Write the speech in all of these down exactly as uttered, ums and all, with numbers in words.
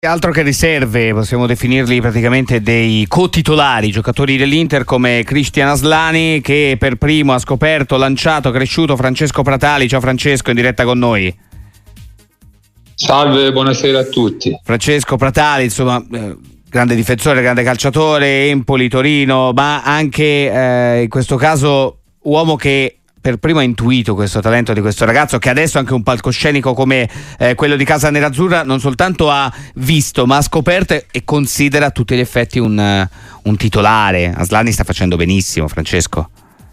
Altro che riserve, possiamo definirli praticamente dei co-titolari, giocatori dell'Inter come Cristian Aslani, che per primo ha scoperto, lanciato, cresciuto Francesco Pratali. Ciao Francesco, in diretta con noi. Salve, buonasera a tutti. Francesco Pratali, insomma, eh, grande difensore, grande calciatore, Empoli, Torino, ma anche eh, in questo caso uomo che per primo ha intuito questo talento di questo ragazzo, che adesso anche un palcoscenico come eh, quello di Casa Nerazzurra non soltanto ha visto, ma ha scoperto e considera a tutti gli effetti un, uh, un titolare. Aslani sta facendo benissimo, Francesco.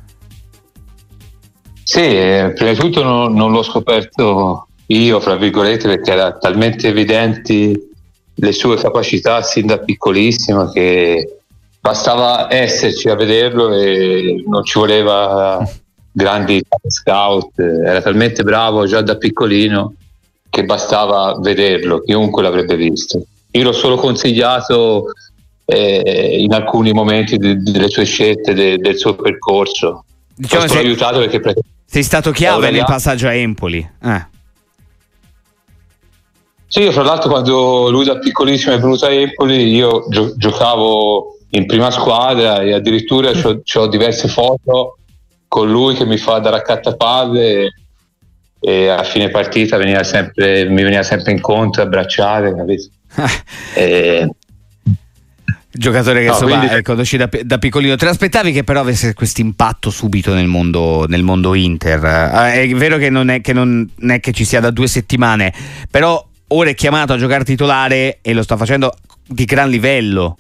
Sì, eh, prima di tutto non, non l'ho scoperto io, fra virgolette, perché era talmente evidenti le sue capacità sin da piccolissimo che bastava esserci a vederlo e non ci voleva grandi scout. Era talmente bravo già da piccolino che bastava vederlo, chiunque l'avrebbe visto. Io l'ho solo consigliato eh, in alcuni momenti de- delle sue scelte, de- del suo percorso. Diciamo, l'ho sei, aiutato perché sei stato chiave nel passaggio a Empoli. Eh. Sì, io fra l'altro quando lui da piccolissimo è venuto a Empoli io gio- giocavo in prima squadra e addirittura mm. ho diverse foto con lui che mi fa da raccattapalle e, e a fine partita veniva sempre, mi veniva sempre incontro, abbracciare, capito? e... Giocatore che no, insomma quindi... conosci da, da piccolino. Te l'aspettavi che però avesse questo impatto subito nel mondo, nel mondo Inter? Eh, è vero che non è che non è che ci sia da due settimane, però ora è chiamato a giocare titolare e lo sta facendo di gran livello.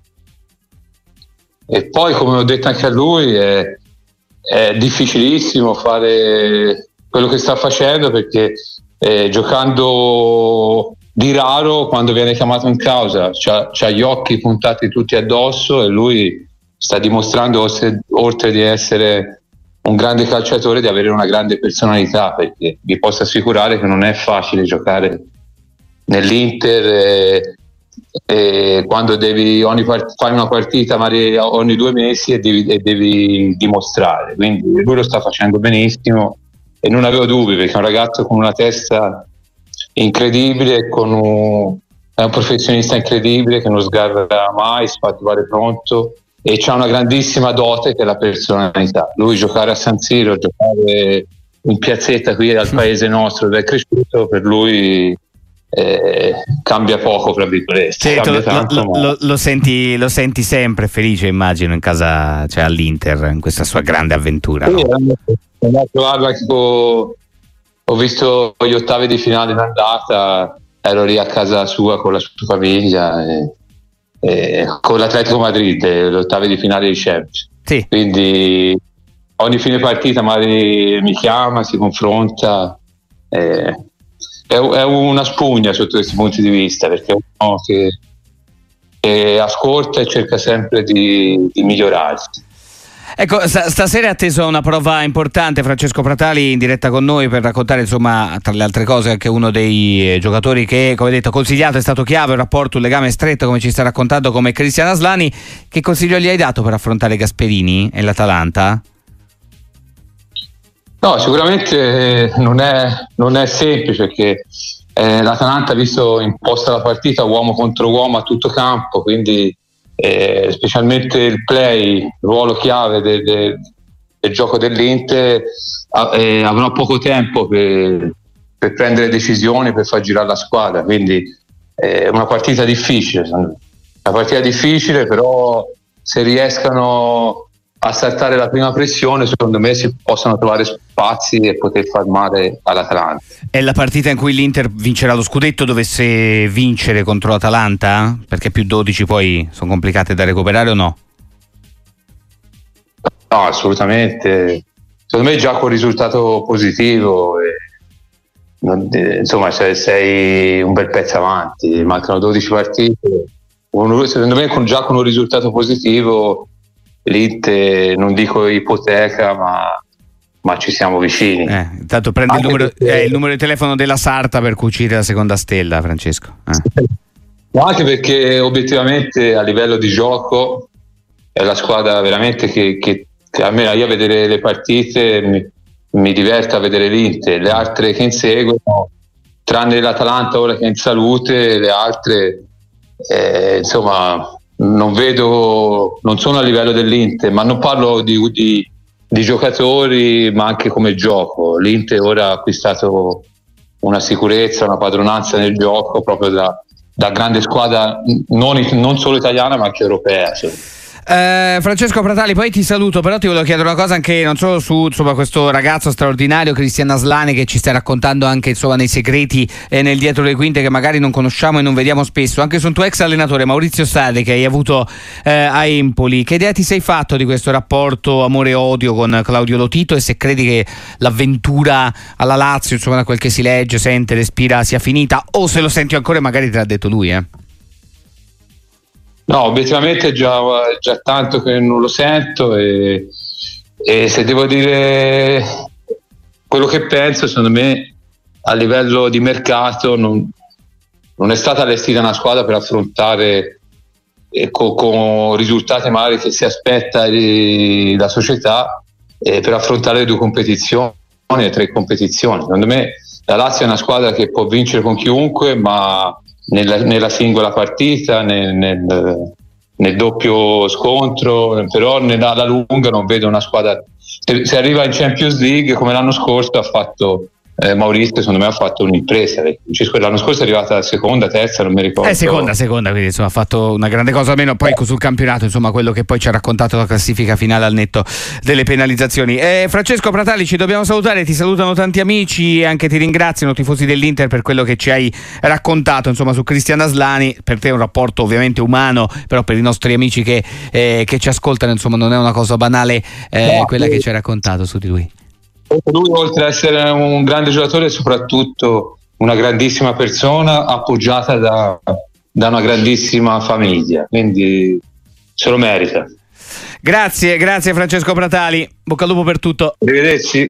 E poi, come ho detto anche a lui, è, è difficilissimo fare quello che sta facendo, perché eh, giocando di raro, quando viene chiamato in causa c'ha, c'ha gli occhi puntati tutti addosso e lui sta dimostrando, oltre, oltre di essere un grande calciatore, di avere una grande personalità, perché vi posso assicurare che non è facile giocare nell'Inter e, e quando devi ogni part- fare una partita magari ogni due mesi e devi, e devi dimostrare. Quindi lui lo sta facendo benissimo e non avevo dubbi, perché è un ragazzo con una testa incredibile, con un, è un professionista incredibile che non sgarra mai, si fa arrivare pronto e c'ha una grandissima dote che è la personalità. Lui giocare a San Siro, giocare in piazzetta qui al paese nostro dove è cresciuto, per lui Eh, cambia poco, fra virgolette. Sì, cambia lo, tanto, lo, ma... lo, lo, senti, lo senti sempre felice, immagino, in casa, cioè all'Inter, in questa sua grande avventura. Sì, no? a trovarla, tipo, ho visto gli ottavi di finale in andata, ero lì a casa sua con la sua famiglia e, e con l'Atletico Madrid, gli ottavi di finale di Champions. Sì. Quindi ogni fine partita magari mi chiama, si confronta. E... è una spugna sotto questi punti di vista, perché è uno che, che ascolta e cerca sempre di, di migliorarsi. Ecco, stasera è atteso una prova importante. Francesco Pratali in diretta con noi per raccontare, insomma, tra le altre cose, anche uno dei giocatori che, come detto, consigliato, è stato chiave, un rapporto, un legame stretto, come ci sta raccontando, come Cristian Aslani. Che consiglio gli hai dato per affrontare Gasperini e l'Atalanta? No, sicuramente non è, non è semplice, perché eh, l'Atalanta ha visto imposta la partita uomo contro uomo a tutto campo, quindi eh, specialmente il play, ruolo chiave del, del, del gioco dell'Inter, eh, avrà poco tempo per, per prendere decisioni, per far girare la squadra, quindi è una partita difficile, una partita difficile, però se riescano a saltare la prima pressione, secondo me si possono trovare spazi e poter far male all'Atalanta. È la partita in cui l'Inter vincerà lo scudetto, dovesse vincere contro l'Atalanta? Perché più dodici poi sono complicate da recuperare o no? No, assolutamente. Secondo me già con risultato positivo e non, insomma sei un bel pezzo avanti, mancano dodici partite. Secondo me con, già con un risultato positivo l'Inter, non dico ipoteca, ma, ma ci siamo vicini. Eh, intanto prendi il numero, perché... eh, il numero di telefono della Sarta per cucire la seconda stella, Francesco. Eh. Ma anche perché obiettivamente a livello di gioco è la squadra veramente che, che, che almeno io a vedere le partite mi, mi diverte a vedere l'Inter. Le altre che inseguono tranne l'Atalanta ora che è in salute, le altre eh, insomma non vedo, non sono a livello dell'Inter, ma non parlo di, di, di giocatori ma anche come gioco. L'Inter ora ha acquistato una sicurezza, una padronanza nel gioco proprio da, da grande squadra non, non solo italiana ma anche europea, cioè. Eh, Francesco Pratali, poi ti saluto, però ti volevo chiedere una cosa anche non solo su insomma, questo ragazzo straordinario Cristian Aslani, che ci stai raccontando anche insomma, nei segreti e nel dietro le quinte che magari non conosciamo e non vediamo spesso, anche su un tuo ex allenatore Maurizio Sarri che hai avuto eh, a Empoli. Che idea ti sei fatto di questo rapporto amore-odio con Claudio Lotito, e se credi che l'avventura alla Lazio, insomma da quel che si legge, sente, respira, sia finita, o se lo senti ancora e magari te l'ha detto lui? eh No, obiettivamente è già, già tanto che non lo sento, e, e se devo dire quello che penso, secondo me a livello di mercato non, non è stata allestita una squadra per affrontare eh, con, con risultati magari che si aspetta di, la società, eh, per affrontare le due competizioni, le tre competizioni. Secondo me la Lazio è una squadra che può vincere con chiunque, ma Nella, nella singola partita, nel, nel, nel doppio scontro, però nella, alla lunga non vedo una squadra. Se, se arriva in Champions League come l'anno scorso ha fatto eh, Maurizio, secondo me ha fatto un'impresa. L'anno scorso è arrivata seconda, terza, non mi ricordo. Eh, seconda, seconda, quindi insomma ha fatto una grande cosa, almeno poi sul campionato, insomma quello che poi ci ha raccontato la classifica finale al netto delle penalizzazioni. Eh, Francesco Pratali, ci dobbiamo salutare, ti salutano tanti amici e anche ti ringraziano tifosi dell'Inter per quello che ci hai raccontato, insomma su Cristian Aslani. Per te è un rapporto ovviamente umano, però per i nostri amici che, eh, che ci ascoltano, insomma non è una cosa banale eh, no, quella che ci hai raccontato su di lui. Lui, oltre ad essere un grande giocatore, è soprattutto una grandissima persona appoggiata da, da una grandissima famiglia, quindi se lo merita. Grazie, grazie Francesco Pratali, bocca al lupo per tutto. Arrivederci.